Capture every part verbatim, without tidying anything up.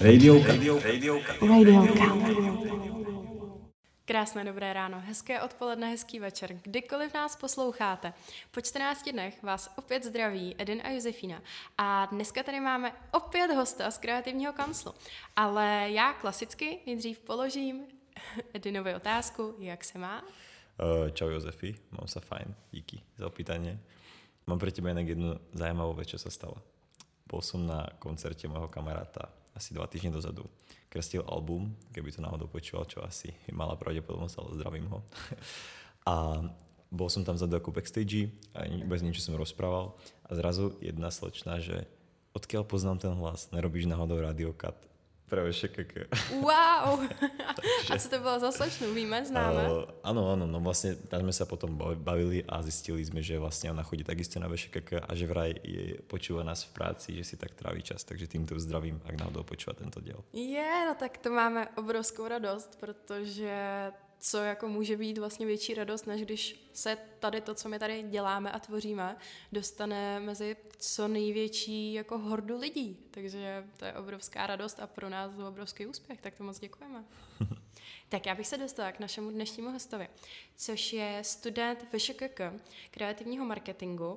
Radiolka. Radiolka. Radiolka. Krásné dobré ráno, hezké odpoledne, hezký večer, kdykoliv nás posloucháte. Po čtrnácti dnech vás opět zdraví Edin a Josefína a dneska tady máme opět hosta z kreativního kanclu. Ale já klasicky nejdřív položím Edinovi otázku, jak se má? Uh, čau Jozefi, mám sa fajn, díky za opýtanie. Mám pre teba inak jednu zaujímavú vec, čo sa stala. Bol som na koncerte môjho kamaráta asi dva týždne dozadu. Krstil album, keby to náhodou počúval, čo asi je malá pravdepodobnosť, ale zdravím ho. A bol som tam vzadu ako backstage a bez niečo som rozprával a zrazu jedna slečna, že odkiaľ poznám ten hlas, nerobíš náhodou Radiokat? Pre VŠKK. Wow! A co to bylo za slečnu? Víme, známe? Uh, áno, áno, no vlastne tam sme sa potom bavili a zistili sme, že vlastne ona chodí takisto na VŠKK a že vraj je, počúva nás v práci, že si tak tráví čas, takže týmto zdravím, ak náhodou počúva tento diel. Je, no tak to máme obrovskou radost, protože co jako může být vlastně větší radost, než když se tady to, co my tady děláme a tvoříme, dostane mezi co největší jako hordu lidí. Takže to je obrovská radost a pro nás obrovský úspěch, tak to moc děkujeme. Tak já bych se dostala k našemu dnešnímu hostovi, což je student VŠKK, kreativního marketingu,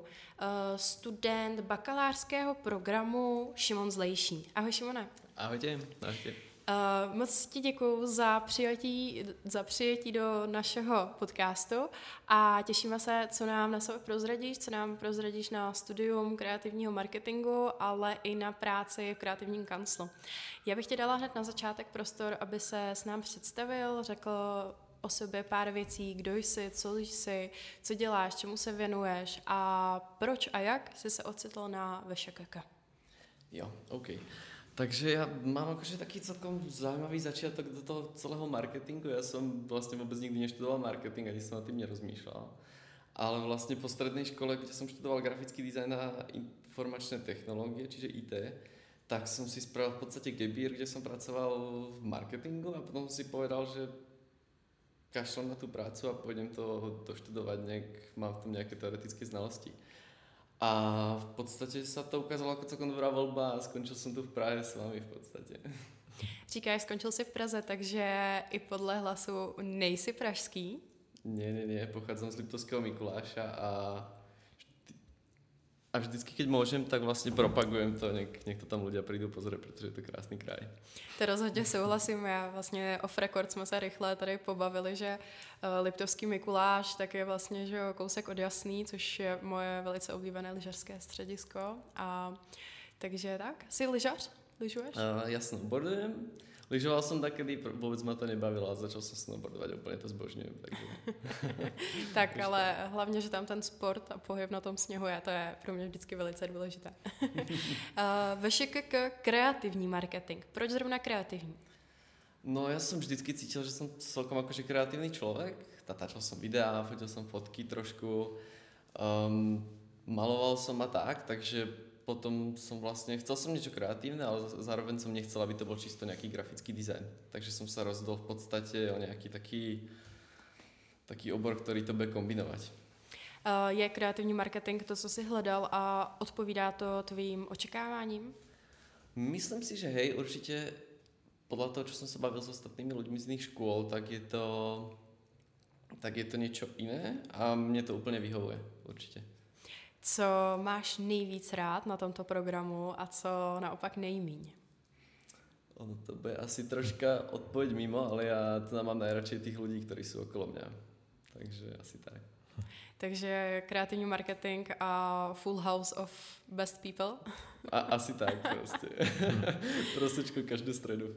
student bakalářského programu Šimon Zlejší. Ahoj Šimone. Ahojte, ahojte. Uh, moc ti děkuju za přijetí, za přijetí do našeho podcastu a těšíme se, co nám na sebe prozradíš, co nám prozradíš na studium kreativního marketingu, ale i na práci v kreativním kanclu. Já bych tě dala hned na začátek prostor, aby se s nám představil, řekl o sobě pár věcí, kdo jsi, co jsi, co děláš, čemu se věnuješ a proč a jak jsi se ocitl na VŠKK. Jo, OK. Takže ja mám akože taký celkom zaujímavý začiatok do toho celého marketingu. Ja som vlastne vôbec nikdy neštudoval marketing, ani som nad tým nerozmýšľal. Ale vlastne po strednej škole, kde som študoval grafický dizajn a informačné technológie, čiže í té, tak som si spravil v podstate gap year, kde som pracoval v marketingu a potom som si povedal, že kašlem na tú prácu a pôjdem to doštudovať, nejak mám v tom nejaké teoretické znalosti. A v podstate sa to ukázalo ako celkom dobrá voľba a skončil som tu v Prahe s vami v podstate. Říkáš, skončil si v Praze, takže i podle hlasu nejsi pražský? Nie, nie, nie, pochádzam z Liptovského Mikuláša a a vždycky, keď môžem, tak vlastne propagujem to, nech, nech to tam ľudia prídu pozrieť, pretože je to krásný kraj. To rozhodně souhlasím, já vlastně off record jsme se rychle tady pobavili, že Liptovský Mikuláš tak je vlastně že kousek od Jasný, což je moje velice oblíbené lyžařské středisko. A takže tak, jsi lyžař? Lyžuješ? Uh, ja snowboardujem. Lyžoval som takedy, vôbec ma to nebavilo a začal som snowboardovať, úplne to zbožňujem. Takže... tak, ale hlavně, že tam ten sport a pohyb na tom sněhu je, to je pro mě vždycky velice důležité. uh, VŠKK kreativní marketing. Proč zrovna kreativní? No ja som vždycky cítil, že som celkom akože kreatívny človek. Natáčal som videá, fotil som fotky trošku, um, maloval som a tak, takže potom som vlastne, chcel som niečo kreatívne, ale zároveň som nechcel, aby to bol čisto nejaký grafický dizajn. Takže som sa rozhodol v podstate o nejaký taký, taký obor, ktorý to bude kombinovať. Uh, je kreativní marketing to, co jsi hledal a odpovídá to tvým očekáváním? Myslím si, že hej, určite podľa toho, čo som sa bavil s ostatnými ľuďmi z iných škôl, tak je to, tak je to niečo iné a mne to úplne vyhovuje, určite. Co máš nejvíc rád na tomto programu a co naopak nejmíň? Ono to bude asi troška odpoveď mimo, ale ja teda mám najradšej tých ľudí, ktorí sú okolo mňa. Takže asi tak. Takže kreativní marketing a full house of best people? A, asi tak proste. Prosečko každou středu.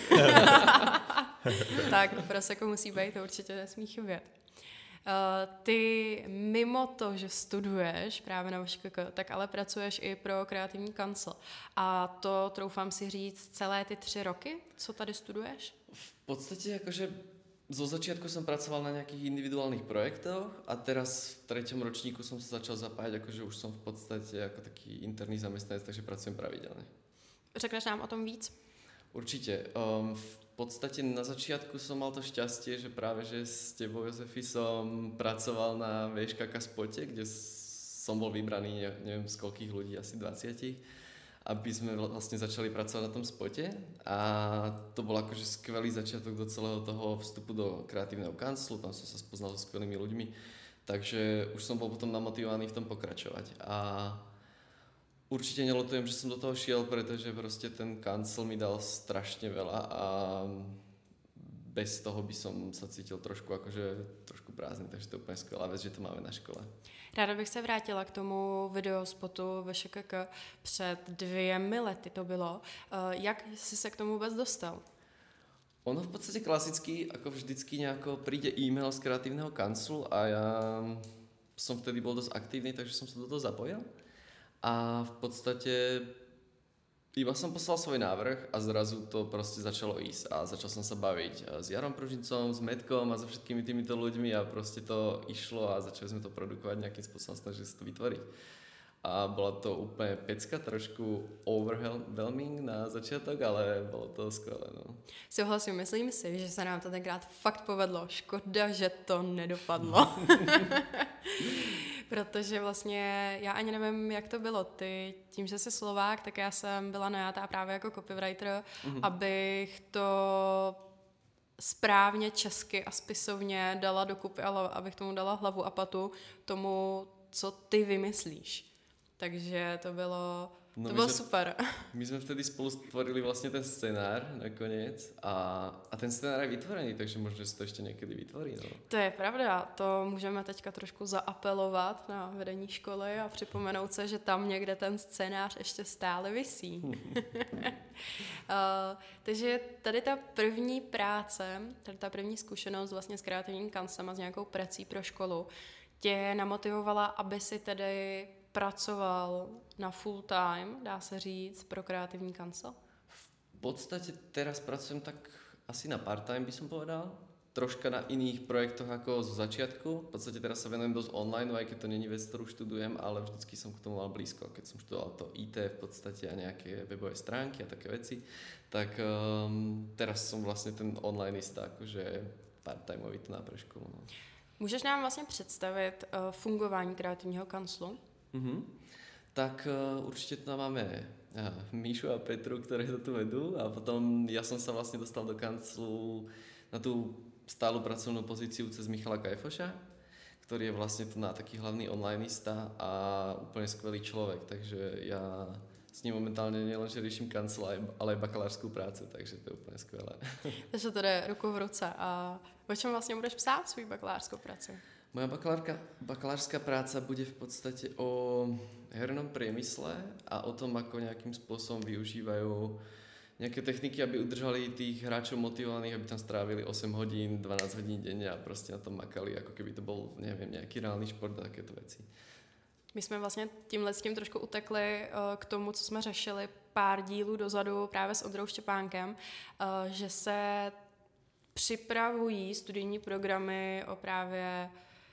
Tak, proseko musí být, to určitě nesmí chybět. Uh, ty mimo to, že studuješ právě na VŠKK, tak ale pracuješ i pro kreativní kancel. A to troufám si říct celé ty tři roky, co tady studuješ? V podstate akože zo začiatku som pracoval na nejakých individuálnych projektoch a teraz v treťom ročníku som sa začal zapájať, akože už som v podstate ako taký interný zamestnanec, takže pracujem pravidelne. Řekneš nám o tom víc? Určite. Um, v podstate na začiatku som mal to šťastie, že práve že s tebou, Jozefi, som pracoval na VŠKK spote, kde som bol vybraný, neviem z koľkých ľudí, asi dvadsať. aby sme vlastne začali pracovať na tom spote a to bol akože skvelý začiatok do celého toho vstupu do kreatívneho kanclu, tam som sa spoznal so skvelými ľuďmi, takže už som bol potom namotivovaný v tom pokračovať a určite neľutujem, že som do toho šiel, pretože proste ten kancel mi dal strašne veľa a bez toho by som sa cítil trošku akože trošku prázdný, takže to je úplne skvelá vec, že to máme na škole. Ráda bych se vrátila k tomu videospotu ve ŠKK před dvěmi lety to bylo. Jak jsi se k tomu vůbec dostal? Ono v podstate klasicky, ako vždycky nejako príde e-mail z kreatívneho kanclu a ja som vtedy bol dosť aktívny, takže som sa do toho zapojil. A v podstate iba som poslal svoj návrh a zrazu to proste začalo ísť a začal som sa baviť s Jarom Pružincom, s Metkom a so všetkými týmito ľuďmi a proste to išlo a začali sme to produkovať nejakým spôsobom, snažili sa to vytvoriť. A bola to úplne pecka, trošku overwhelming na začiatok, ale bolo to skvelé. No. Souhlasím, myslím si, že se nám to tenkrát fakt povedlo. Škoda, že to nedopadlo. Protože vlastně já ani nevím, jak to bylo. Ty, tím, že jsi Slovák, tak já jsem byla najatá právě jako copywriter, mm-hmm. abych to správně česky a spisovně dala dokupy, ale abych tomu dala hlavu a patu tomu, co ty vymyslíš. Takže to bylo, no to bylo sme, super. My sme vtedy spolu stvorili vlastne ten scenár nakoniec a, a ten scenár je vytvorený, takže možno, že sa to ešte niekedy vytvorí. No. To je pravda, to můžeme teďka trošku zaapelovat na vedení školy a připomenout se, že tam někde ten scénář ještě stále visí. uh, takže tady ta první práce, tady ta první zkušenost vlastně s kreativním kanclem a s nějakou prací pro školu tě namotivovala, aby si tedy pracoval na full time, dá se říct, pro kreativní kancel? V podstate teraz pracujem tak asi na part-time, by som povedal. Troška na iných projektoch ako zo začiatku. V podstate teraz sa venujem dosť online, aj keď to není vec, ktorú študujem, ale vždycky som k tomu mal blízko. Keď som študoval to í té v podstate a nejaké webové stránky a také veci, tak um, teraz som vlastne ten onlineista, akože part-timeový to na pre školu. No. Můžeš nám vlastně představit uh, fungování kreativního kanclu? Mm-hmm. Tak uh, určite tam máme uh, Míšu a Petru, ktoré to tu vedú a potom ja som sa vlastne dostal do kanclu na tú stálu pracovnú pozíciu cez Michala Kajfoša, ktorý je vlastne tu na taký hlavný onlineista a úplne skvelý človek, takže ja s ním momentálne nielenže riešim kancel, ale aj bakalárskú prácu, takže to je úplne skvelé. Takže to jde ruku v ruce. A o čom vlastne budeš psát svou bakalářskou práci? Moja bakalárka, bakalárska práca bude v podstate o hernom priemysle a o tom, ako nejakým spôsobom využívajú nejaké techniky, aby udržali tých hráčov motivovaných, aby tam strávili osem hodín, dvanásť hodín denne a proste na tom makali, ako keby to bol, neviem, nejaký reálny šport a takéto veci. My jsme vlastně tímhle s tím trošku utekli k tomu, co jsme řešili pár dílů dozadu právě s Ondrou Štěpánkem, že se připravují studijní programy o právě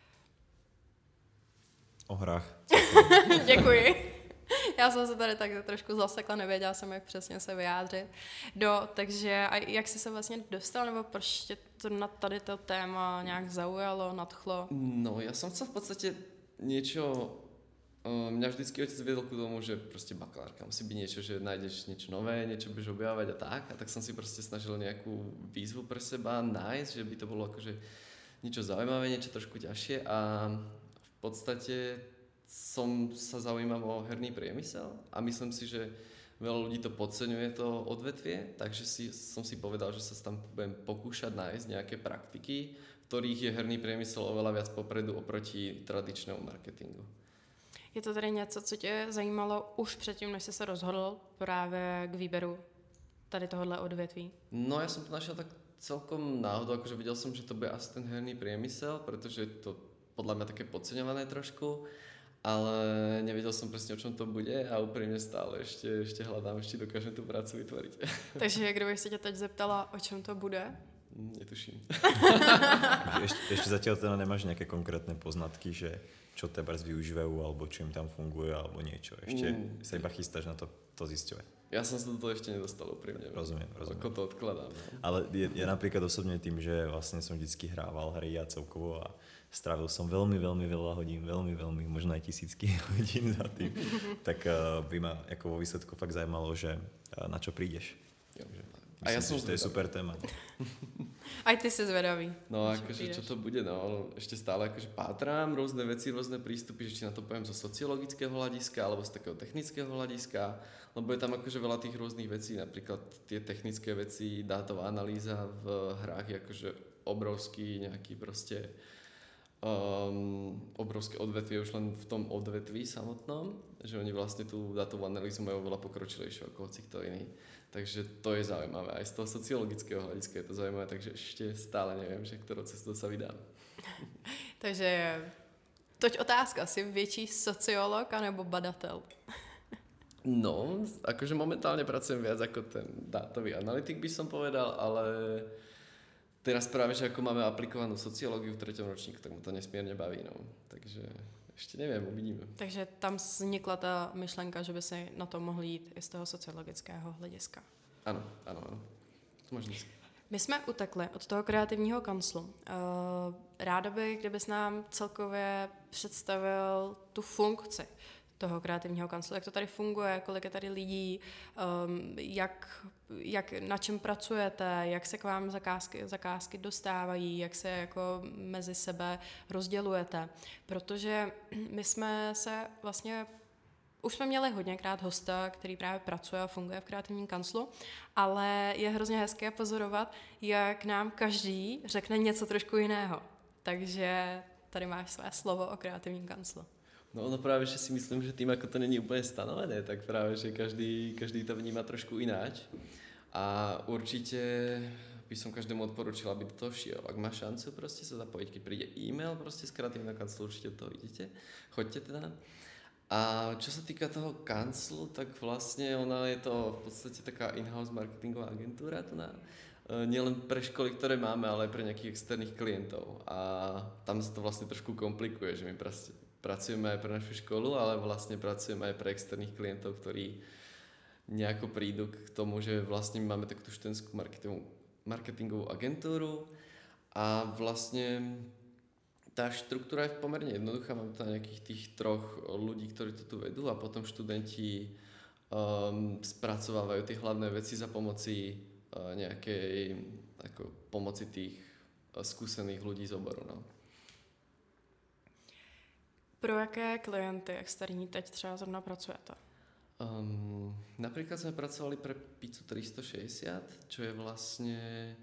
o hrách. Děkuji. Já jsem se tady tak trošku zasekla, nevěděla jsem, jak přesně se vyjádřit. Do, takže a jak jsi se vlastně dostal, nebo proč tě to na tady to téma nějak zaujalo, nadchlo? No, ja som chcel v podstate niečo... Mňa vždycky otec viedol ku tomu, že proste bakalárka musí byť niečo, že nájdeš niečo nové, niečo budeš objavovať a tak. A tak som si proste snažil nejakú výzvu pre seba nájsť, že by to bolo akože niečo zaujímavé, niečo trošku ťažšie a v podstate som sa zaujímam o herný priemysel a myslím si, že veľa ľudí to podceňuje to odvetvie, takže si, som si povedal, že sa tam budem pokúšať nájsť nejaké praktiky, v ktorých je herný priemysel oveľa viac popredu oproti tradičnému marketingu. Je to tedy něco, co tě zajímalo už předtím, než jsi se rozhodl právě k výberu tady tohohle odvětví? No ja som to našiel tak celkom náhodou, akože videl som, že to bude asi ten herný priemysel, pretože je to podľa mňa také podceňované trošku, ale nevedel som presne, o čom to bude a úprimne stále ešte, ešte hľadám, ešte dokážem tú prácu vytvoriť. Takže kdybych se tě teď zeptala, o čem to bude? Netuším. ešte, ešte zatiaľ teda nemáš nejaké konkrétne poznatky, že čo tebars využívajú, alebo čo im tam funguje, alebo niečo. Ešte mm. sa iba chystáš na to, to zisťovať. Ja som sa do toho ešte nedostal úprimne. Rozumiem, rozumiem. Ako to odkladám. No. Ale ja, ja napríklad osobne tým, že vlastne som vždycky hrával hry a celkovo a strávil som veľmi, veľmi veľa hodín, veľmi, veľmi, možno aj tisícky hodín za tým, tak uh, by ma ako vo výsledku fakt zaujímalo, že uh, na čo prídeš. Jo. Myslím, A ja som že to je super téma. Aj ty si zvedavý. No akože čo to bude, no ešte stále akože pátrám rôzne veci, rôzne prístupy, že či na to poviem zo sociologického hľadiska alebo z takého technického hľadiska, lebo je tam akože veľa tých rôznych vecí, napríklad tie technické veci, dátová analýza v hrách je akože obrovský nejaký proste um, obrovské odvetvie už len v tom odvetví samotnom, že oni vlastne tú dátovú analýzu majú veľa pokročilejšiu ako hoci kto iný. Takže to je zaujímavé. Aj z toho sociologického hľadiska je to zaujímavé, takže ešte stále neviem, že ktorou cestou sa vydám. Takže toť otázka, si větší sociolog anebo badatel? No, akože momentálne pracujem viac ako ten dátový analytik by som povedal, ale teraz práve, že ako máme aplikovanú sociológiu v treťom ročníku, tak ma to nesmierne baví, no. Takže ešte neviem, uvidíme. Takže tam vznikla ta myšlenka, že by si na to mohl jít i z toho sociologického hlediska. Ano, ano, ano. Možná. My jsme utekli od toho kreativního kanclu. Ráda bych, kdybys nám celkově představil tu funkci toho kreativního kanclu, jak to tady funguje, kolik je tady lidí, jak, jak, na čem pracujete, jak se k vám zakázky, zakázky dostávají, jak se jako mezi sebe rozdělujete. Protože my jsme se vlastně už jsme měli hodněkrát hosta, který právě pracuje a funguje v kreativním kanclu, ale je hrozně hezké pozorovat, jak nám každý řekne něco trošku jiného. Takže tady máš své slovo o kreativním kanclu. No, no práve, že si myslím, že tým, ako to není úplne stanovené, tak práve, že každý, každý to vníma trošku ináč. A určite by som každému odporučil, aby do toho šiel. Ak má šancu proste sa zapojiť, keď príde e-mail proste z kreatívneho kanclu, určite do toho idete. Choďte teda. A čo sa týka toho kanclu, tak vlastne ona je to v podstate taká in-house marketingová agentúra, to na, nielen pre školy, ktoré máme, ale aj pre nejakých externých klientov. A tam sa to vlastne trošku komplikuje, že my proste pracujeme aj pre našu školu, ale vlastne pracujeme aj pre externých klientov, ktorí nejako prídu k tomu, že vlastne máme takú študentskú marketingovú, marketingovú agentúru a vlastne tá štruktúra je pomerne jednoduchá. Máme tam nejakých tých troch ľudí, ktorí to tu vedú a potom študenti um, spracovávajú tie hlavné veci za pomoci uh, nejakej ako, pomoci tých uh, skúsených ľudí z oboru. No. Pro jaké klienty externí teď třeba zrovna pracujete? Um, napríklad sme pracovali pre Pizzu tristošesťdesiat, čo je vlastne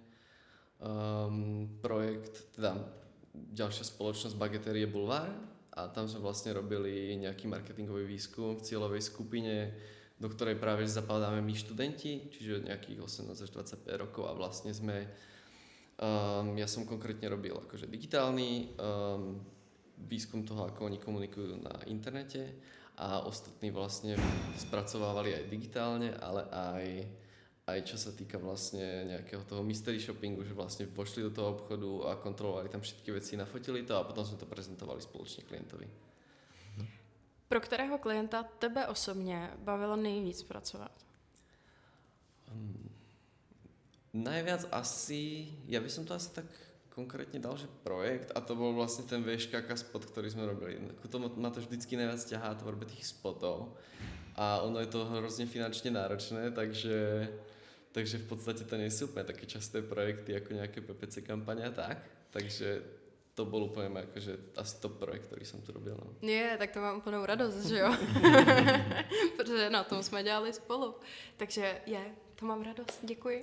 um, projekt, teda ďalšia spoločnosť Bageterie Boulevard a tam sme vlastne robili nejaký marketingový výskum v cieľovej skupine, do ktorej práve zapadáme my študenti, čiže nejakých osemnásť až dvadsaťpäť rokov a vlastne sme, um, ja som konkrétne robil akože digitálny um, výskum toho, ako oni komunikujú na internete a ostatní vlastne spracovávali aj digitálne, ale aj, aj čo sa týka vlastne nejakého toho mystery shoppingu, že vlastne vošli do toho obchodu a kontrolovali tam všetky veci, nafotili to a potom sme to prezentovali spoločne klientovi. Pro kterého klienta tebe osobně bavilo nejvíc pracovat? Um, najviac asi, ja by som to asi tak konkrétne dal, že projekt a to bol vlastne ten vé ká ká spot, ktorý sme robili. To ma to vždycky najviac ťahá tvorbe tých spotov a ono je to hrozne finančne náročné, takže, takže v podstate to nie sú úplne také časté projekty ako nejaké pé pé cé kampania tak, takže to bol úplne akože asi top projekt, ktorý som tu robil. No. Je, tak to mám úplnou radost, že jo? Protože na tom jsme dělali spolu. Takže je, to mám radost, děkuji.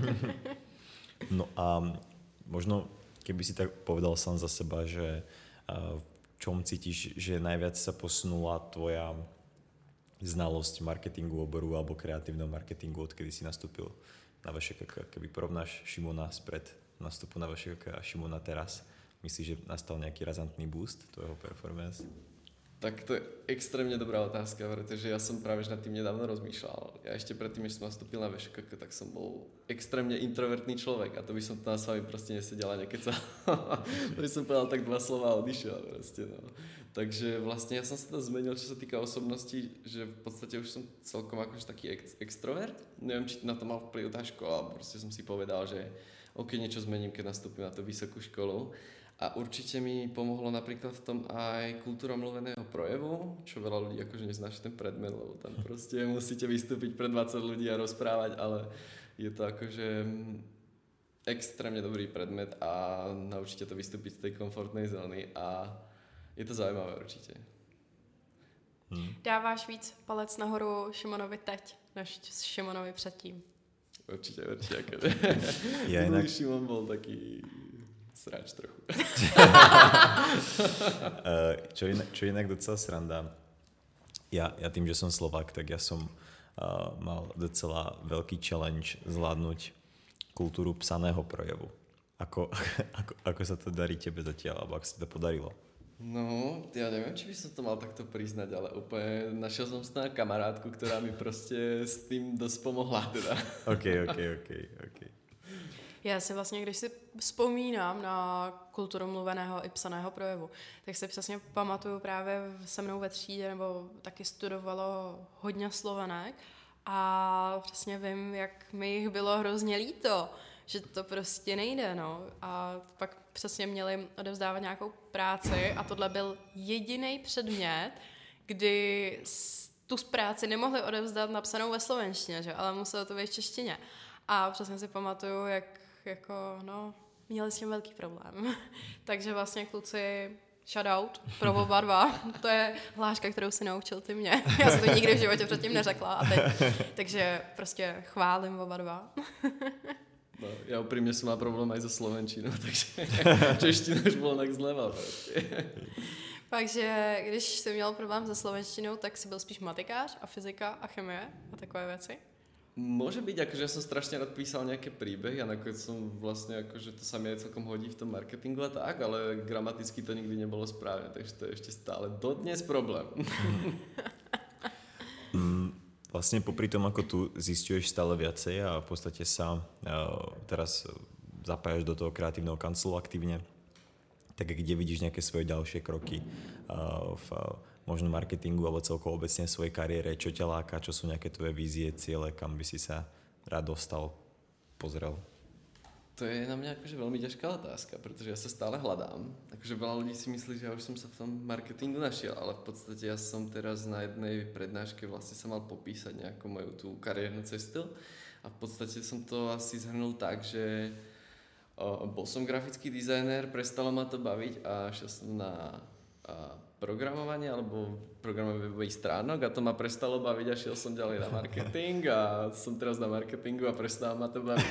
No a možno, keby si tak povedal sám za seba, že uh, v čom cítiš, že najviac sa posunula tvoja znalosť marketingu oboru alebo kreatívneho marketingu, odkedy si nastúpil na vé ká ká. Keby porovnáš Šimona spred nastupu na vé ká ká a Šimona teraz, myslíš, že nastal nejaký razantný boost tvojho performance? Tak to je extrémne dobrá otázka, pretože ja som práve nad tým nedávno rozmýšľal. Ja ešte predtým, než som nastúpil na vé šé ká ká, tak som bol extrémne introvertný človek a to by som tam s vami proste nesedel a nekecal. To by som povedal tak dva slova a odišiel proste, no. Takže vlastne ja som sa to zmenil, čo sa týka osobnosti, že v podstate už som celkom akože taký ex- extrovert. Neviem, či na to mal vplyv tá škola, alebo proste som si povedal, že ok, niečo zmením, keď nastúpim na tú vysokú školu. A určite mi pomohlo napríklad v tom aj kultúra mluveného projevu, čo veľa ľudí akože neznáša ten predmet, lebo tam proste musíte vystúpiť pred dvadsať ľudí a rozprávať, ale je to akože extrémne dobrý predmet a naučíte to vystúpiť z tej komfortnej zóny a je to zaujímavé určite. Hmm. Dáváš víc palec nahoru Šimonovi teď, než Šimonovi předtím? Určite, určite. Ja inak... Šimon bol taký... sráč trochu. čo, inak, čo inak docela sranda. Ja, ja tým, že som Slovák, tak ja som uh, mal docela veľký challenge zvládnuť kultúru psaného projevu. Ako, ako, ako sa to darí tebe zatiaľ, alebo ako sa to podarilo? No, ja neviem, či by som to mal takto priznať, ale úplne našiel som si kamarátku, ktorá mi proste s tým dosť pomohla teda. OK, OK, OK, OK. Já si vlastně, když si vzpomínám na kulturu mluveného i psaného projevu, tak si přesně pamatuju právě se mnou ve třídě, nebo taky studovalo hodně Slovenek a přesně vím, jak mi jich bylo hrozně líto, že to prostě nejde, no. A pak přesně měli odevzdávat nějakou práci a tohle byl jediný předmět, kdy tu práci nemohli odevzdat napsanou ve slovenštině, že? Ale muselo to být v češtině. A přesně si pamatuju, jak jako, no, měli s tím velký problém. Takže vlastně kluci, shoutout pro oba dva, to je hláška, kterou si naučil ty mě. Já jsem to nikdy v životě předtím neřekla a teď. Takže prostě chválím oba dva. No, ja úprimne som mal problém aj so slovenčinou, takže čeština už bola tak zleva. Takže když jsi měl problém se slovenštinou, tak si byl spíš matikář a fyzika a chemie a takové věci? Môže byť, akože ja som strašne rád písal nejaké príbehy a nakoniec som vlastne akože to sa mi aj celkom hodí v tom marketingu a tak, ale gramaticky to nikdy nebolo správne, takže to je ešte stále dodnes problém. mm, vlastne popri tom, ako tu zisťuješ stále viacej a v podstate sa uh, teraz zapájaš do toho kreatívneho kanclu aktívne, tak kde vidíš nejaké svoje ďalšie kroky uh, v možno marketingu alebo celkovo obecne v svojej kariére, čo ťa láka, čo sú nejaké tvoje vízie, ciele, kam by si sa rád dostal, pozrel? To je na mňa akože veľmi ťažká otázka, pretože ja sa stále hľadám. Akože veľa ľudí si myslí, že ja už som sa v tom marketingu našiel, ale v podstate ja som teraz na jednej prednáške vlastne sa mal popísať nejakú moju tú kariérnu cestu a v podstate som to asi zhrnul tak, že o, bol som grafický dizajner, prestalo ma to baviť a šiel som na a, programovanie alebo programovanie webových stránok a to ma prestalo baviť a šiel som ďalej na marketing a som teraz na marketingu a prestáva ma to baviť.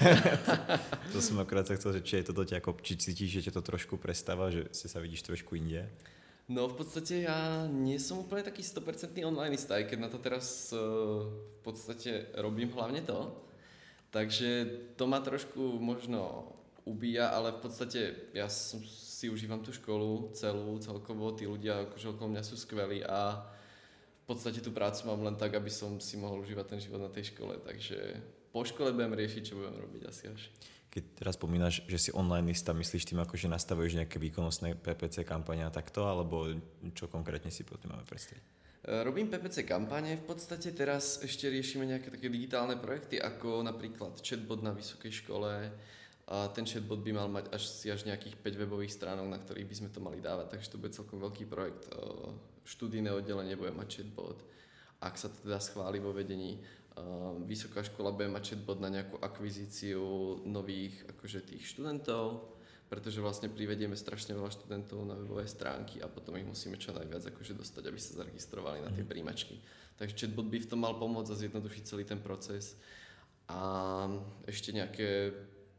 To som akorát sa chcel, že či je toto ťa ako, či cítiš, že ťa to trošku prestáva, že si sa vidíš trošku inde? No v podstate ja nie som úplne taký sto percent onlineista, aj keď na to teraz uh, v podstate robím hlavne to. Takže to ma trošku možno ubíja, ale v podstate ja som, si užívam tú školu celú, celkovo, tí ľudia akože okolo mňa sú skvelí a v podstate tú prácu mám len tak, aby som si mohol užívať ten život na tej škole, takže po škole budem riešiť, čo budem robiť asi až. Keď teraz spomínaš, že si onlineista, myslíš tým ako, že nastavuješ nejaké výkonnostné pé pé cé kampane a takto, alebo čo konkrétne si pod tým máme predstaviť? Robím pé pé cé kampane, v podstate teraz ešte riešime nejaké také digitálne projekty, ako napríklad chatbot na vysokej škole. A ten chatbot by mal mať až si až nejakých päť webových stránok, na ktorých by sme to mali dávať, takže to bude celkom veľký projekt. Študijné oddelenie bude mať chatbot, ak sa to teda schváli vo vedení. Vysoká škola bude mať chatbot na nejakú akvizíciu nových akože tých študentov, pretože vlastne privedieme strašne veľa študentov na webové stránky a potom ich musíme čo najviac akože dostať, aby sa zaregistrovali na tie príjmačky. Takže chatbot by v tom mal pomôcť a zjednodušiť celý ten proces. A ešte nejaké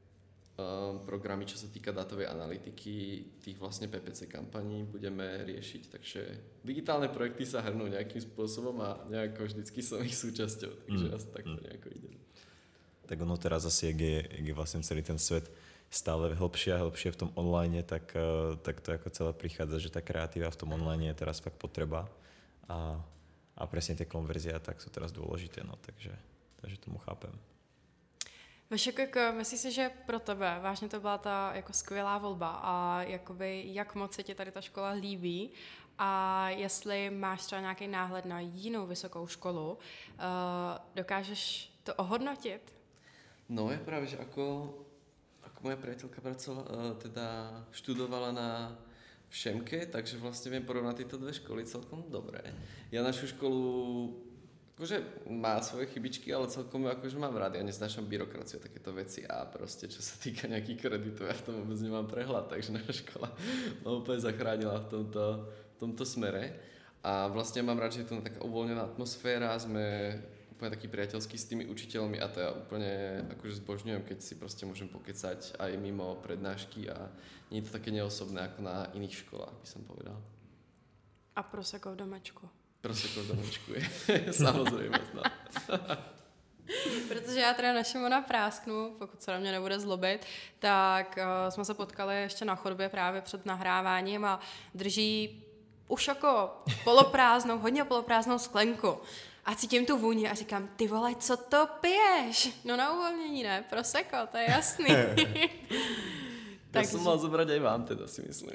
programy, čo sa týka dátovej analytiky, tých vlastne pé pé cé kampaní budeme riešiť, takže digitálne projekty sa hrnú nejakým spôsobom a nejako vždycky som ich súčasťou, takže mm. asi takto nejako ide. Tak ono teraz asi, jak je, jak je vlastne celý ten svet stále hlbšie a hlbšie v tom online, tak, tak to ako celé prichádza, že tá kreatíva v tom online je teraz fakt potreba a, a presne tie konverzie tak sú teraz dôležité, no takže, takže tomu chápem. Vašek, myslíš si, že pro tebe vážně to byla ta jako skvělá volba a jakoby, jak moc se ti tady ta škola líbí a jestli máš třeba nějaký náhled na jinou vysokou školu, uh, dokážeš to ohodnotit? No je práve, že ako, ako moja priateľka pracovala, teda študovala na Všemke, takže vlastne viem porovnať tieto dve školy celkom dobre. Ja našu školu akože má svoje chybičky, ale celkom akože mám rád. Ja neznášam byrokraciu a takéto veci a proste čo sa týka nejakých kreditov, ja v tom vôbec nemám prehľad, takže naša škola ma úplne zachránila v tomto, v tomto smere. A vlastne mám rád, že je to taká uvoľnená atmosféra, sme úplne taký priateľský s tými učiteľmi a to ja úplne akože zbožňujem, keď si proste môžem pokecať aj mimo prednášky a nie je to také neosobné ako na iných školách, by som povedal. A proseko v domečku. Proseko v domečku je, samozrejme. No. Protože já teda Šimona prásknu, pokud se na mě nebude zlobit, tak uh, jsme se potkali ještě na chodbě právě před nahráváním a drží už jako poloprázdnou, hodně poloprázdnou sklenku. A cítím tu vůni a říkám, ty vole, co to piješ? No na uvolnění, ne? Prosecco, to je jasný. Já jsem mal zobrať aj vám teda, si myslím.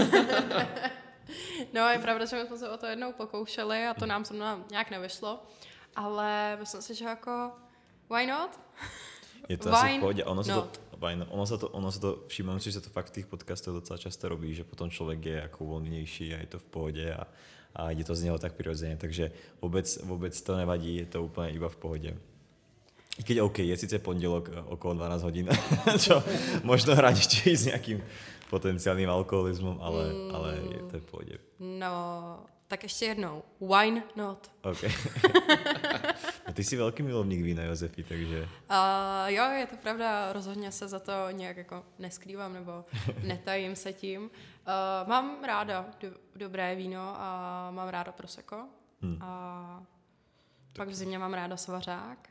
No je pravda, že my jsme se o to jednou pokoušeli a to nám se nějak nevyšlo, ale myslím si, že jako why not? Je to asi v pohodě. Ono, no. to, ono, sa to, ono sa to, všímám si, že sa to fakt v tých podcastoch docela často robí, že potom človek je ako uvoľnejší a je to v pohode a, a ide to z neho tak prirodzene, takže vôbec, vôbec to nevadí, je to úplne iba v pohode. I keď OK, je síce pondelok okolo dvanásť hodín, čo možno hraničí s nejakým potenciálnym alkoholizmom, ale, mm. ale je to v pohode. No, tak ještě jednou. Why not? OK. No, ty jsi velký milovník vína, Josefi, takže... Uh, jo, je to pravda, rozhodně se za to nějak jako neskrývám nebo netajím se tím. Uh, mám ráda do, dobré víno a mám ráda prosecco. Hmm. A pak v zimě mám ráda svařák.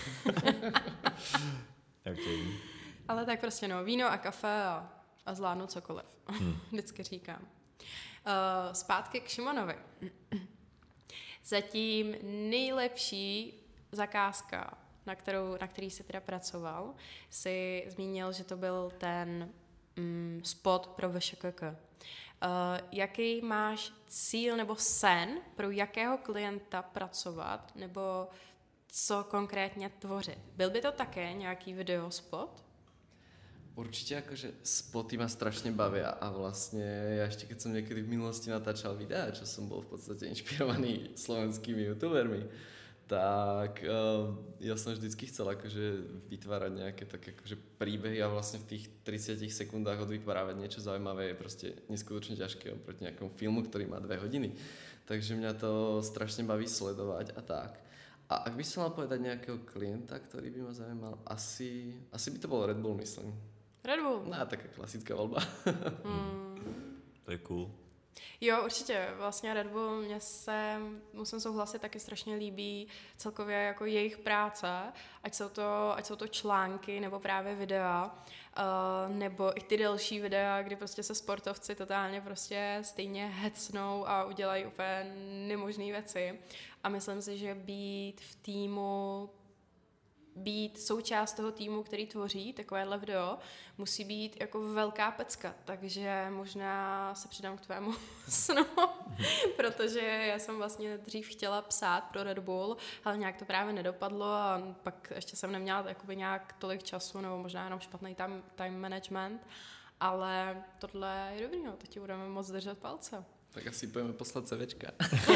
Okay. Ale tak prostě no, víno a kafe a, a zvládnu cokoliv. Hmm. Vždycky říkám. Uh, zpátky k Šimonovi. Zatím nejlepší zakázka, na, kterou, na který jsi teda pracoval, si zmínil, že to byl ten mm, spot pro V Š K K. Uh, jaký máš cíl nebo sen, pro jakého klienta pracovat, nebo co konkrétně tvořit? Byl by to také nějaký videospot? Určite akože spoty ma strašne bavia a vlastne ja ešte keď som niekedy v minulosti natáčal videá, čo som bol v podstate inšpirovaný slovenskými youtubermi, tak uh, ja som vždycky chcel akože vytvárať nejaké také akože príbehy a vlastne v tých tridsiatich sekundách odvytvárať niečo zaujímavé je proste neskutočne ťažké oproti nejakému filmu, ktorý má dve hodiny. Takže mňa to strašne baví sledovať a tak. A ak by som mal povedať nejakého klienta, ktorý by ma zaujímal, asi, asi by to bol Red Bull, myslím. Red Bull. No, taká klasická volba. hmm. To je cool. Jo, určitě. Vlastně Red Bull mě se, musím souhlasit, taky strašně líbí celkově jako jejich práce, ať jsou to, ať jsou to články nebo právě videa, uh, nebo i ty delší videa, kdy prostě se sportovci totálně prostě stejně hecnou a udělají úplně nemožné věci. A myslím si, že být v týmu, být součást toho týmu, který tvoří takovéhle video, musí být jako velká pecka, takže možná se přidám k tvému snu, protože já jsem vlastně dřív chtěla psát pro Red Bull, ale nějak to právě nedopadlo a pak ještě jsem neměla jakoby nějak tolik času, nebo možná jenom špatný time, time management, ale tohle je dobrý, no, teď ti budeme moc držet palce. Tak asi pojeme poslat CVčka.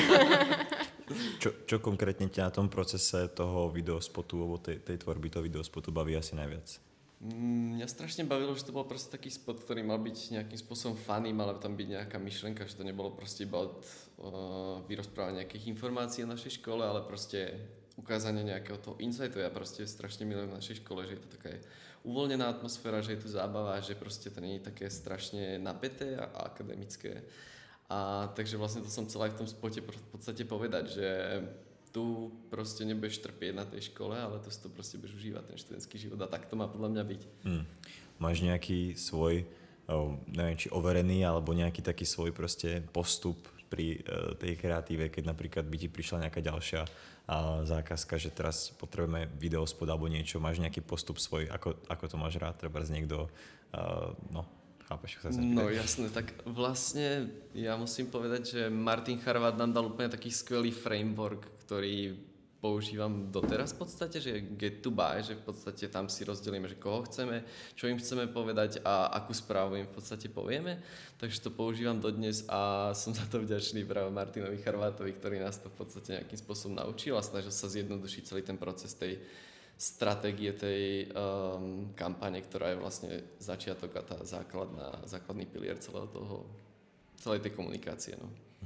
Čo, čo konkrétne ťa na tom procese toho videospotu alebo tej, tej tvorby toho videospotu baví asi najviac? Mňa strašne bavilo, že to bol proste taký spot, ktorý mal byť nejakým spôsobom funny, mala tam byť nejaká myšlenka, že to nebolo proste iba od uh, vyrozprávania nejakých informácií o našej škole, ale proste ukázanie nejakého toho insightu. Ja proste strašne milujem v našej škole, že je to taká uvoľnená atmosféra, že je tu zábava, že proste to nie je také strašne napäté a akademické. A takže vlastne to som chcel aj v tom spote v podstate povedať, že tu prostě nebudeš trpět na té škole, ale tu si to prostě budeš užívat, ten študentský život a tak to má podle mě být. Hmm. Máš nějaký svoj, oh, neviem, či overený, alebo nejaký taký svoj proste postup pri uh, tej kreatíve, keď napríklad by ti prišla nejaká ďalšia uh, zákazka, že teraz potrebujeme videospot alebo niečo, máš nejaký postup svoj, ako, ako to máš rád, treba z niekto, uh, no, chápeš, čo sa No jasné, tak vlastne ja musím povedať, že Martin Charvát nám dal úplne taký skvelý framework, ktorý používam doteraz v podstate, že get to buy, že v podstate tam si rozdelíme, že koho chceme, čo im chceme povedať a akú správu im v podstate povieme. Takže to používam dodnes a som za to vďačný práve Martinovi Charvátovi, ktorý nás to v podstate nejakým spôsobom naučil a snažil sa zjednodušiť celý ten proces tej stratégie tej um, kampane, ktorá je vlastne začiatok a tá základná, základný pilier celého toho, celej tej komunikácie. No.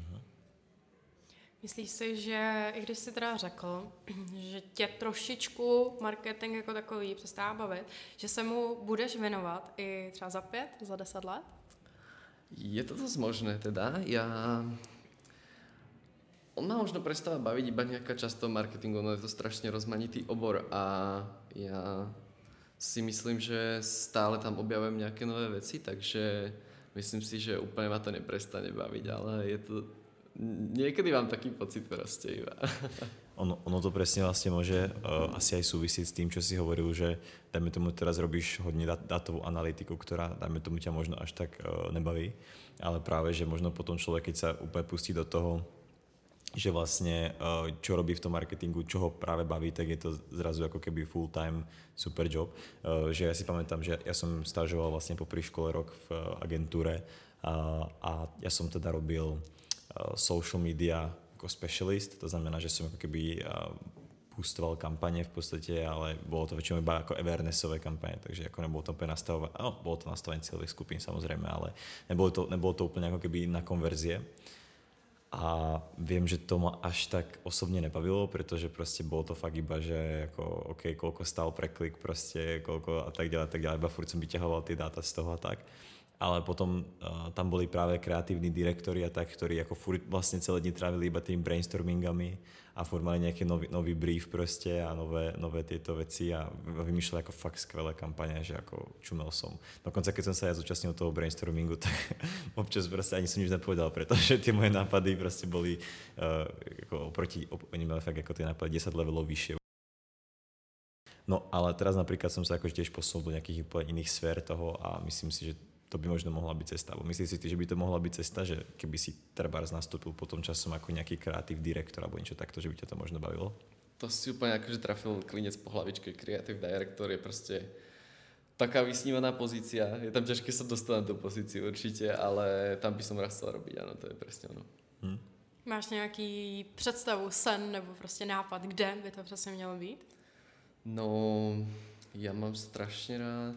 Myslíš si, že i když jsi teda řekl, že tě trošičku marketing jako takový přestává bavit, že se mu budeš věnovat i třeba za pět, za deset let? Je to dosť možné teda. Ja... On ma možno prestáva baviť iba nejaká časť toho marketingu, no je to strašne rozmanitý obor a ja si myslím, že stále tam objavujem nejaké nové veci, takže myslím si, že úplne ma to neprestane baviť, ale je to... Niekedy mám taký pocit proste iba. Ono, ono to presne vlastne môže uh, asi aj súvisieť s tým, čo si hovoril, že dajme tomu teraz robíš hodne dat- datovú analytiku, ktorá dajme tomu ťa možno až tak uh, nebaví, ale práve, že možno potom človek, keď sa úplne pustí do toho, že vlastne uh, čo robí v tom marketingu, čo ho práve baví, tak je to zrazu ako keby full time super job. Uh, že ja si pamätám, že ja som stážoval vlastne popri škole rok v uh, agentúre uh, a ja som teda robil social media ako specialist, to znamená, že som ako keby boostoval kampane v podstate, ale bolo to väčšinou iba ako awarenessové kampane, takže ako nebolo to úplne nastavovanie, no bolo to nastavenie cieľových skupín samozrejme, ale nebolo to, nebolo to úplne ako keby na konverzie. A viem, že to ma až tak osobne nebavilo, pretože proste bolo to fakt iba, že ako, ok, koľko stál preklik proste, koľko a tak ďalej, tak ďalej, iba furt som vyťahoval tie dáta z toho a tak. Ale potom uh, tam boli práve kreatívni direktori a tak, ktorí ako furt vlastne celé dni trávili iba tým brainstormingami a furt mali nejaký nový, nový brief proste a nové, nové tieto veci a vymýšľali ako fakt skvelé kampane, že ako čumel som. Dokonca keď som sa ja zúčastnil toho brainstormingu, tak občas proste ani som nič nepovedal, pretože tie moje nápady proste boli uh, ako oproti, op- oni mali fakt ako tie nápady desať levelov vyššie. No ale teraz napríklad som sa akože tiež posunul do nejakých úplne iných sfér toho a myslím si, že to by možno mohla byť cesta. Myslíš si ty, že by to mohla byť cesta, že keby si trebárs nastúpil potom časom ako nejaký kreatív direktor alebo niečo takto, že by ťa to možno bavilo? To si úplne akože trafil klinec po hlavičke. Creative director je proste taká vysnívaná pozícia. Je tam ťažké sa dostať na tú pozíciu určite, ale tam by som raz chcel robiť, áno, to je presne ono. Hm. Máš nějaký představu, sen nebo prostě nápad, kde by to přesně mělo být? No, ja mám strašne rád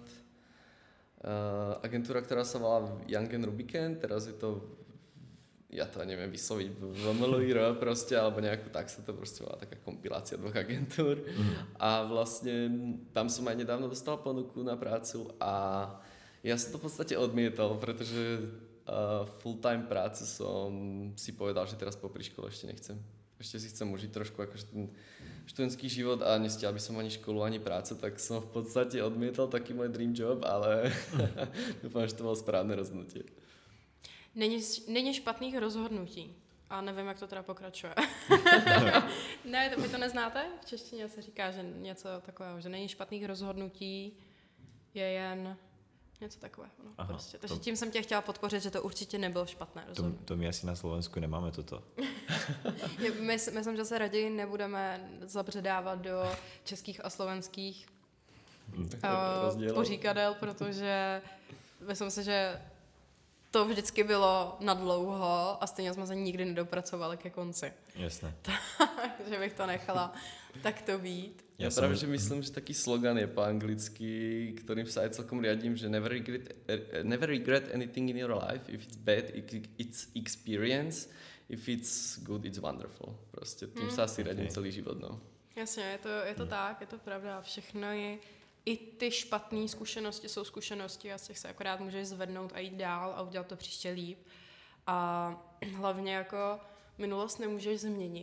Uh, agentúra, ktorá sa volá Young and Rubicon, teraz je to, ja to neviem vysloviť, V M L I R proste, alebo nejako tak sa to proste volá, taká kompilácia dvoch agentúr. Mm. A vlastne tam som aj nedávno dostal ponuku na prácu a ja som to v podstate odmietol, pretože uh, full-time prácu som si povedal, že teraz popri škole ešte nechcem. Ešte si chcem užiť trošku akože ten študentský život a nestiaľ by som ani školu, ani prácu, tak som v podstate odmietol taký môj dream job, ale dúfam, že to bolo správne rozhodnutie. Není, není špatných rozhodnutí. A nevím, jak to teda pokračuje. Ne, to, vy to neznáte? V češtině se říká, že něco takového, že není špatných rozhodnutí, je jen něco takového. No, Aha, prostě. Takže to... tím jsem tě chtěla podpořit, že to určitě nebylo špatné rozhodnutí. To, to my asi na Slovensku nemáme toto. my, myslím, že se raději nebudeme zabředávat do českých a slovenských uh, poříkadel, protože myslím si, že to vždycky bylo nadlouho a stejně jsme se nikdy nedopracovali ke konci. Jasné. Takže bych to nechala takto být. Ja, ja práve, som... že myslím, že taký slogan je po anglicky, ktorým sa aj celkom riadím, že never regret, never regret anything in your life. If it's bad, it's experience. If it's good, it's wonderful. Prostě tím mm. sa asi riadím okay. celý život. No. Jasně, je to, je to mm. tak, je to pravda. Všechno je, i ty špatné zkušenosti jsou zkušenosti a z těch se akorát můžeš zvednout a jít dál a udělat to příště líp. A hlavně jako minulost nemůžeš změnit.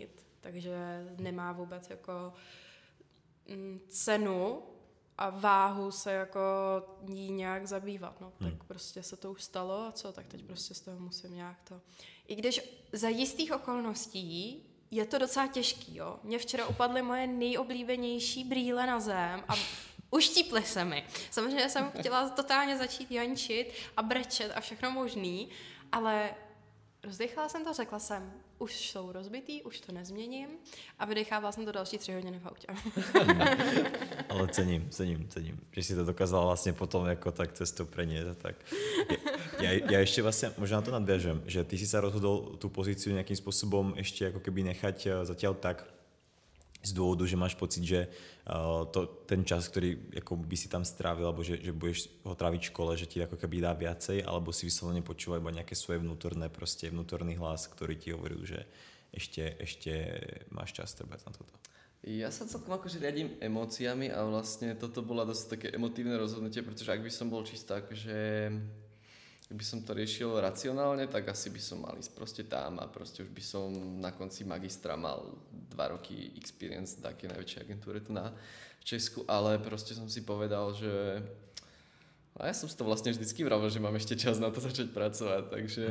takže nemá vůbec jako mm, cenu a váhu se jako jí nějak zabývat, no, tak Hmm. prostě se to už stalo a co, tak teď prostě z toho musím nějak to. I když za jistých okolností je to docela těžký, jo. Mně včera upadly moje nejoblíbenější brýle na zem a uštíply se mi. Samozřejmě jsem chtěla totálně začít jančit a brečet a všechno možný, ale rozdechala jsem to, řekla jsem, už jsou rozbitý, už to nezměním a vydechávala jsem to další tři hodiny v autě. Ale cením, cením, cením, že si to dokázala vlastně potom jako tak cestu preniesť. Tak. Ja, ja ešte vlastne, možno na to nadviažem, že ty si sa rozhodol tú pozíciu nejakým spôsobom ešte ako keby nechať zatiaľ tak z dôvodu, že máš pocit, že uh, to, ten čas, ktorý ako by si tam strávil, alebo že, že budeš ho tráviť v škole, že ti ako keby dá viacej, alebo si vyslovene počúva iba nejaké svoje vnútorné, proste vnútorný hlas, ktorý ti hovoril, že ešte, ešte máš čas trebať na toto. Ja sa celkom akože riadím emóciami a vlastne toto bola dosť také emotívne rozhodnutie, pretože ak by som bol čisto akože ak by som to riešil racionálne, tak asi by som mal ísť proste tam a proste už by som na konci magistra mal dva roky experience v takej najväčšej agentúre tu na v Česku, ale proste som si povedal, že a ja som si to vlastne vždycky vravil, že mám ešte čas na to začať pracovať, takže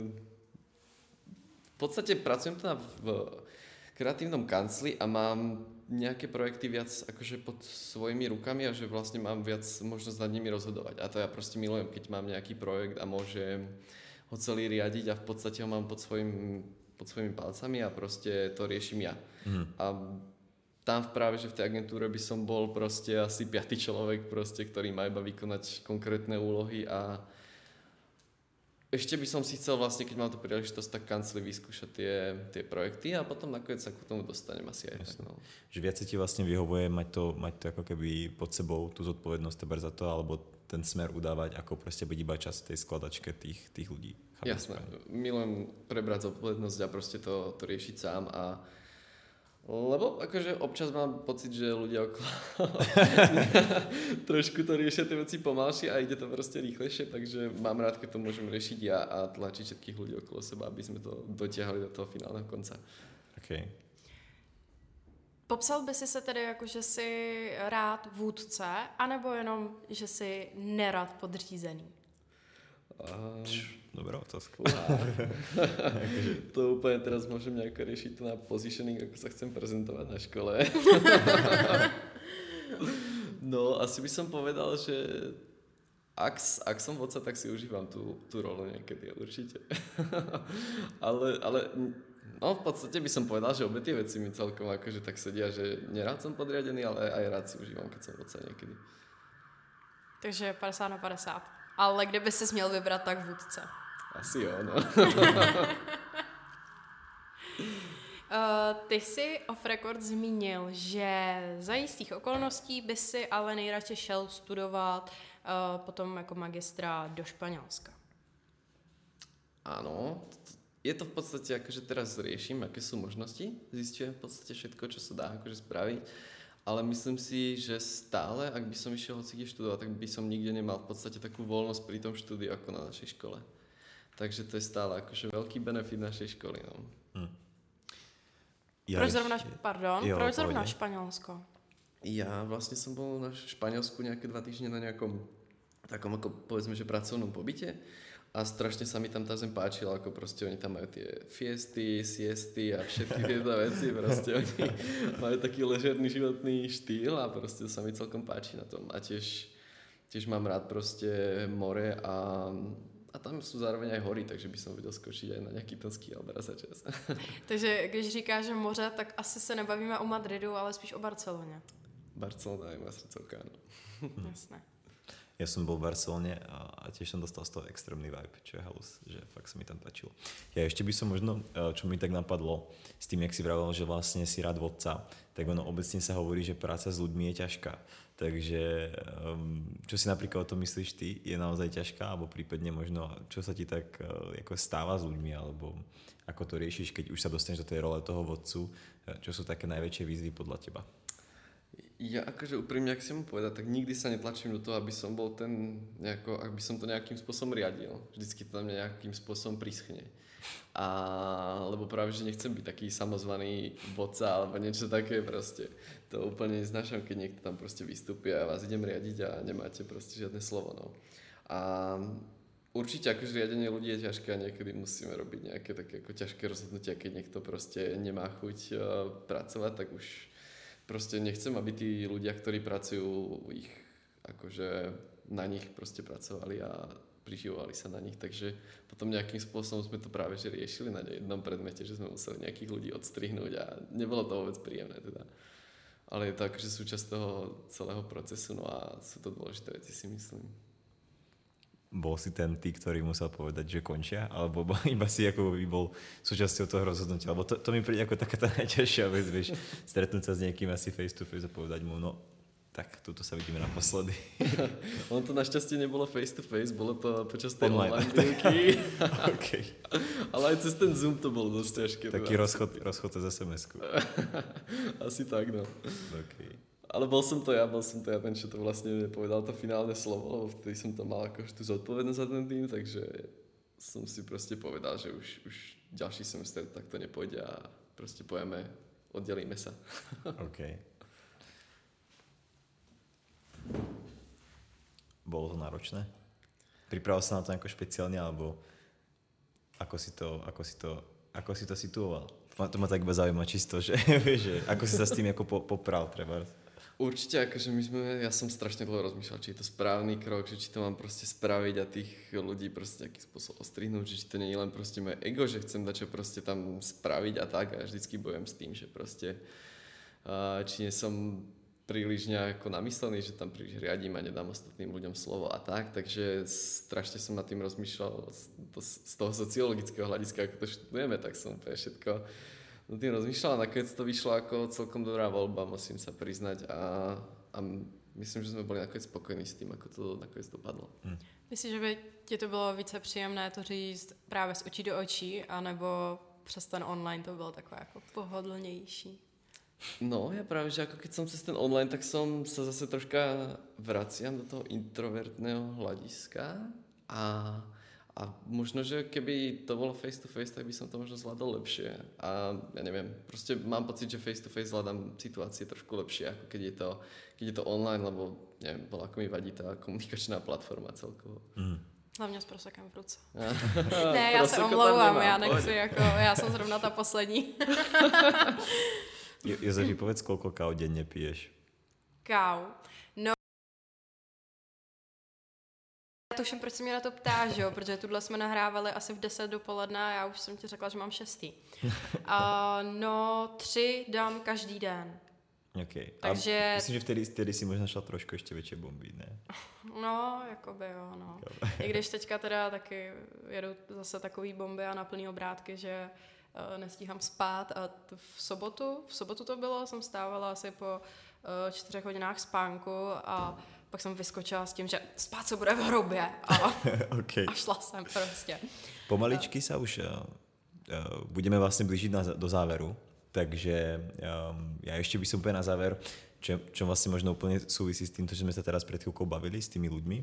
v podstate pracujem tu na v kreatívnom kancli a mám nejaké projekty viac akože pod svojimi rukami a že vlastne mám viac možnosť nad nimi rozhodovať. A to ja proste milujem, keď mám nejaký projekt a môžem ho celý riadiť a v podstate ho mám pod, svojim, pod svojimi palcami a proste to riešim ja. Mm. A tam práve, že v tej agentúre by som bol proste asi piatý človek, proste, ktorý má iba vykonať konkrétne úlohy a ešte by som si chcel vlastne, keď mám tú príležitosť, tak kancli vyskúšať tie, tie projekty a potom nakoniec sa k tomu dostanem asi aj tak. No. Že viac ti vlastne vyhovuje mať to, mať to ako keby pod sebou, tú zodpovednosť teber za to, alebo ten smer udávať, ako proste byť iba čas tej skladačke tých, tých ľudí. Chápem. Jasné, milujem prebrať zodpovednosť a proste to, to riešiť sám a lebo akože občas mám pocit, že ľudia okolo trošku to riešia tie veci pomalšie a ide to proste rýchlejšie, takže mám rád, keď to môžem riešiť ja a tlačiť všetkých ľudí okolo seba, aby sme to dotiahli do toho finálneho konca. Okay. Popsal by si se tedy jako, že jsi rád vůdce, anebo jenom, že jsi nerad podřízený? Um, Dobrá otázka. To úplne teraz môžem nejako riešiť to na positioning, ako sa chcem prezentovať na škole. No, asi by som povedal, že ak, ak som vodca, tak si užívam tú, tú rolu niekedy, určite. ale, ale no, v podstate by som povedal, že obe tie veci mi celkom akože tak sedia, že nerád som podriadený, ale aj rád si užívam, keď som vodca niekedy. Takže padesát na padesát. Ale kdyby ses měl vybrat, tak vůdce. Asi jo, no. uh, ty jsi off record zmínil, že za jistých okolností by si ale nejradši šel studovat uh, potom jako magistra do Španělska. Áno, je to v podstate akože teraz riešim, aké sú možnosti, zistujem v podstate všetko, čo sa dá akože spraviť. Ale myslím si, že stále, ak by som išiel hocikde študovať, tak by som nikde nemal v podstate takú voľnosť pri tom štúdiu ako na našej škole. Takže to je stále akože veľký benefit našej školy. No. Hm. Ja proč zrovna, pardon, jo, proč zrovna Španělsko? Ja vlastne som bol na Španielsku nejaké dva týždne na nejakom takom ako povedzme, že pracovnom pobyte. A strašne sa mi tam tá zem páčila, ako proste oni tam majú tie fiesty, siesty a všetky tieto veci, proste oni majú taký ležerný životný štýl a proste sa mi celkom páči na tom. A tiež, tiež mám rád proste more a, a tam sú zároveň aj hory, takže by som vedel skočiť aj na nejaký ten ski alebo raz za čas. Takže když říkáš, že moře, tak asi se nebavíme o Madridu, ale spíš o Barceloně. Barcelona je moja srdcovka, no. Jasné. Ja som bol v Barcelone a tiež som dostal z toho extrémny vibe, čo je halus, že fakt sa mi tam páčilo. Ja ešte by som možno, čo mi tak napadlo, s tým, jak si vravel, že vlastne si rád vodca, tak ono obecne sa hovorí, že práca s ľuďmi je ťažká. Takže čo si napríklad o tom myslíš ty, je naozaj ťažká, alebo prípadne možno, čo sa ti tak ako stáva s ľuďmi, alebo ako to riešiš, keď už sa dostaneš do tej role toho vodcu, čo sú také najväčšie výzvy podľa teba? Ja akože úprimne, ak si mu povedať, tak nikdy sa netlačím do toho, aby som bol ten, nejako, aby som to nejakým spôsobom riadil. Vždycky to na mňa nejakým spôsobom prischne. A, lebo práve, že nechcem byť taký samozvaný vodca alebo niečo také proste. To úplne neznášam, keď niekto tam proste vystúpi a vás idem riadiť a nemáte proste žiadne slovo. No. A určite akože riadenie ľudí je ťažké a niekedy musíme robiť nejaké také ako ťažké rozhodnutia, keď niekto proste nemá chuť uh, pracovať, tak už proste nechcem, aby tí ľudia, ktorí pracujú, ich akože na nich proste pracovali a priživovali sa na nich, takže potom nejakým spôsobom sme to práve že riešili na jednom predmete, že sme museli nejakých ľudí odstrihnúť a nebolo to vôbec príjemné teda. Ale je to akože súčasť toho celého procesu, no a sú to dôležité veci, si myslím. Bol si ten ty, ktorý musel povedať, že končia? Alebo iba si ako by bol súčasťou toho rozhodnutia? Lebo to, to mi príde ako taká tá najťažšia vec, vieš, stretnúť sa s niekým asi face to face a povedať mu, no tak, tuto sa vidíme naposledy. Ono to našťastie nebolo face to face, bolo to počas tej online výuky. Okay. Ale aj cez ten Zoom to bolo dosť ťažké. Taký rozchod, rozchod cez es em esku. Asi tak, no. Okay. Ale bol som to ja, bol som to ja ten, čo to vlastne povedal to finálne slovo, lebo vtedy som to mal akože tú zodpovednosť za ten tým, takže som si proste povedal, že už, už ďalší semester takto nepôjde a proste pojeme, oddelíme sa. OK. Bolo to náročné? Pripravil sa na to nejako špeciálne, alebo ako si to, ako si to, ako si to situoval? To ma, to ma tak iba zaujíma čisto, že, že ako si sa s tým ako po, popral, treba. Určite, akože my sme, ja som strašne dlho rozmýšľal, či je to správny krok, že či to mám proste spraviť a tých ľudí proste nejaký spôsob ostrihnúť, že či to nie je len proste moje ego, že chcem dať čo proste tam spraviť a tak a vždycky bojujem s tým, že proste či nie som príliš nejako namyslený, že tam príliš riadím a nedám ostatným ľuďom slovo a tak, takže strašne som nad tým rozmýšľal z toho sociologického hľadiska, ako to študujeme, tak som úplne všetko nad tým rozmýšľal a nakoniec to vyšlo ako celkom dobrá voľba, musím sa priznať a, a myslím, že sme boli nakoniec spokojní s tým, ako to nakoniec dopadlo. Hmm. Myslíš, že by ti to bylo více příjemné to říct právě z očí do očí, anebo přes ten online to bylo takové jako pohodlnější? No, ja práve, že ako keď som cez ten online, tak som sa zase troška vraciam do toho introvertného hľadiska a, a možno, že keby to bolo face to face, tak by som to možno zvládol lepšie a ja neviem, proste mám pocit, že face to face zvládam situácie trošku lepšie, ako keď je to, keď je to online, lebo neviem, bolo ako mi vadí tá komunikačná platforma celkovo. Mm. Hlavně s prosekem v ruce. Ne, já se omlouvám, já nechci, jako, já jsem zrovna ta poslední. Jozefi, povedz, koľko káv denne piješ? Káv? No, já tuším, proč se mě na to ptáš, jo? Protože tuhle jsme nahrávali asi v deset dopoledne a já už jsem ti řekla, že mám šestý. Uh, no, tři dám každý den. Okay. Takže... A myslím, že vtedy, vtedy si možná šla trošku ještě větší bomby, ne? No, jakoby jo, no. I když teďka teda taky jedu zase takový bomby a na plný obrátky, že uh, nestíhám spát a t- v sobotu, v sobotu to bylo, jsem stávala asi po uh, čtyřech hodinách spánku a pak jsem vyskočila s tím, že spát se bude v hrobě a, okay. a šla jsem prostě. Pomaličky sa už uh, uh, budeme vlastně blížit na, do záveru. Takže um, ja ešte by som úplne na záver, čo, čo vlastne možno úplne súvisí s týmto, že sme sa teraz pred chvíľkou bavili s tými ľuďmi,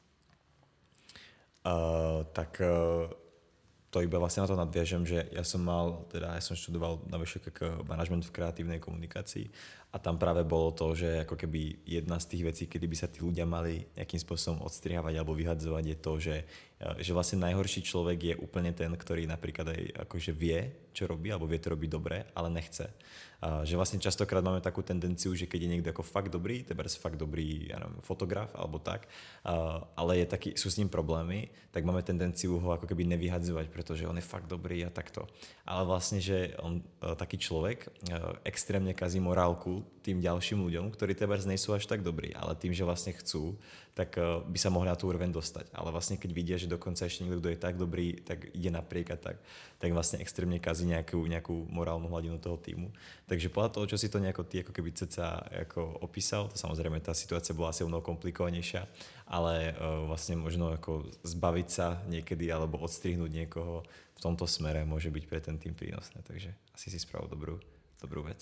uh, tak uh, to iba vlastne na to nadviažem, že ja som mal, teda ja som študoval na vé š ká manažment v kreatívnej komunikácii a tam práve bolo to, že ako keby jedna z tých vecí, kedy by sa tí ľudia mali nejakým spôsobom odstrihávať alebo vyhadzovať, je to, že, že vlastne najhorší človek je úplne ten, ktorý napríklad aj akože vie, čo robí, alebo vie to robiť dobre, ale nechce. A že vlastne častokrát máme takú tendenciu, že keď je niekto ako fakt dobrý, teda fakt dobrý, ja neviem, fotograf alebo tak, a, ale je taký, sú s ním problémy, tak máme tendenciu ho ako keby nevyhadzovať, pretože on je fakt dobrý a takto. Ale vlastne, že on taký človek extrémne kazí morálku tým ďalším ľuďom, ktorí tebárs nejsú až tak dobrí, ale tým, že vlastne chcú, tak by sa mohli na tú úroveň dostať. Ale vlastne keď vidia, že dokonca ešte niekto, kto je tak dobrý, tak ide napriek a tak, tak vlastne extrémne kazí nejakú, nejakú morálnu hladinu toho týmu. Takže podľa toho, čo si to nejako ty ako keby ceca ako opísal, to samozrejme tá situácia bola asi mnoho komplikovanejšia, ale uh, vlastne možno ako zbaviť sa niekedy alebo odstrihnúť niekoho v tomto smere môže byť pre ten tým prínosné. Takže asi si spravil dobrú, dobrú vec.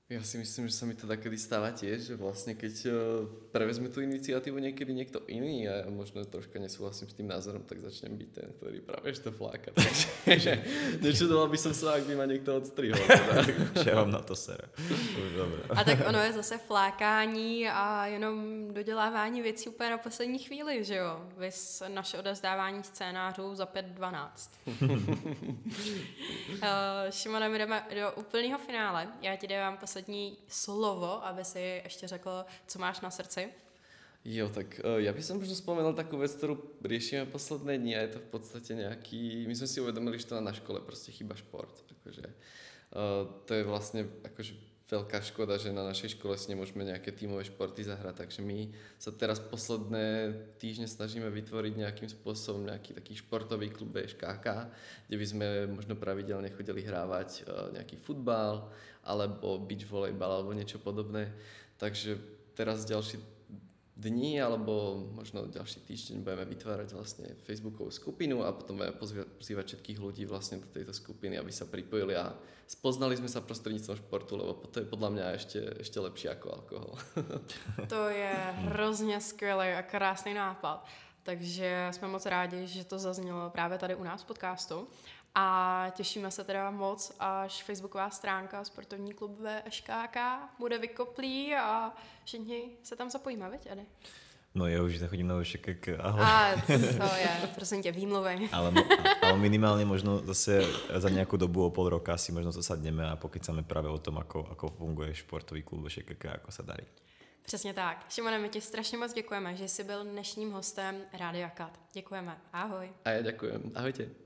Ja si myslím, že sa mi to takedy stáva tiež, že vlastne keď uh, prevezme tú iniciatívu niekedy niekto iný a ja možno troška nesúhlasím s tým názorom, tak začnem byť ten, ktorý práve že to fláka. Takže nečudoval by som sa, ak by ma niekto odstrihol. Teda. Že ja vám na to sere. Dobre. A tak ono je zase flákání a jenom dodělávání věcí úplně na poslední chvíli, že jo? Vys naše odezdávání scénářů za pět dvanáct. uh, Šimone, my jdeme do úplného finále. Já ti dávám poslední slovo, aby si ještě řekl, co máš na srdci. Jo, tak uh, ja by som možno spomenul takú vec, ktorú riešime posledné dni a je to v podstate nejaký... My sme si uvedomili, že to na škole proste chýba šport. Akože, uh, to je vlastne akože veľká škoda, že na našej škole si nemôžeme nejaké tímové športy zahrať, takže my sa teraz posledné týždne snažíme vytvoriť nejakým spôsobom nejaký taký športový klub bé eš ká ká, kde by sme možno pravidelne chodili hrávať uh, nejaký futbal alebo beach volejbal alebo niečo podobné. Takže teraz ďalší dní alebo možno ďalší týždeň budeme vytvárať vlastne Facebookovú skupinu a potom budeme pozývať všetkých ľudí vlastne do tejto skupiny, aby sa pripojili a spoznali sme sa prostredníctvom športu, lebo to je podľa mňa ešte, ešte lepšie ako alkohol. To je hrozně skvělý a krásný nápad. Takže jsme moc rádi, že to zaznělo právě tady u nás v podcastu. A těšíme se teda moc, až facebooková stránka Sportovní klub bé eš ká ká bude vykoplý a všichni se tam zapojíme, viď, Edy? No ja už nechodím na bé eš ká ká, ahoj. A to je, prosím tě, výmluvy. Ale, ale minimálne možno zase za nejakú dobu o pol roka si možno zasadneme a pokecáme práve o tom, ako, ako funguje športový klub bé eš ká ká, ako sa darí. Přesně tak. Šimone, my ti strašně moc děkujeme, že jsi byl dnešním hostem Rádia Kat. Děkujeme. Ahoj. A ja ďakujem. Ahojte.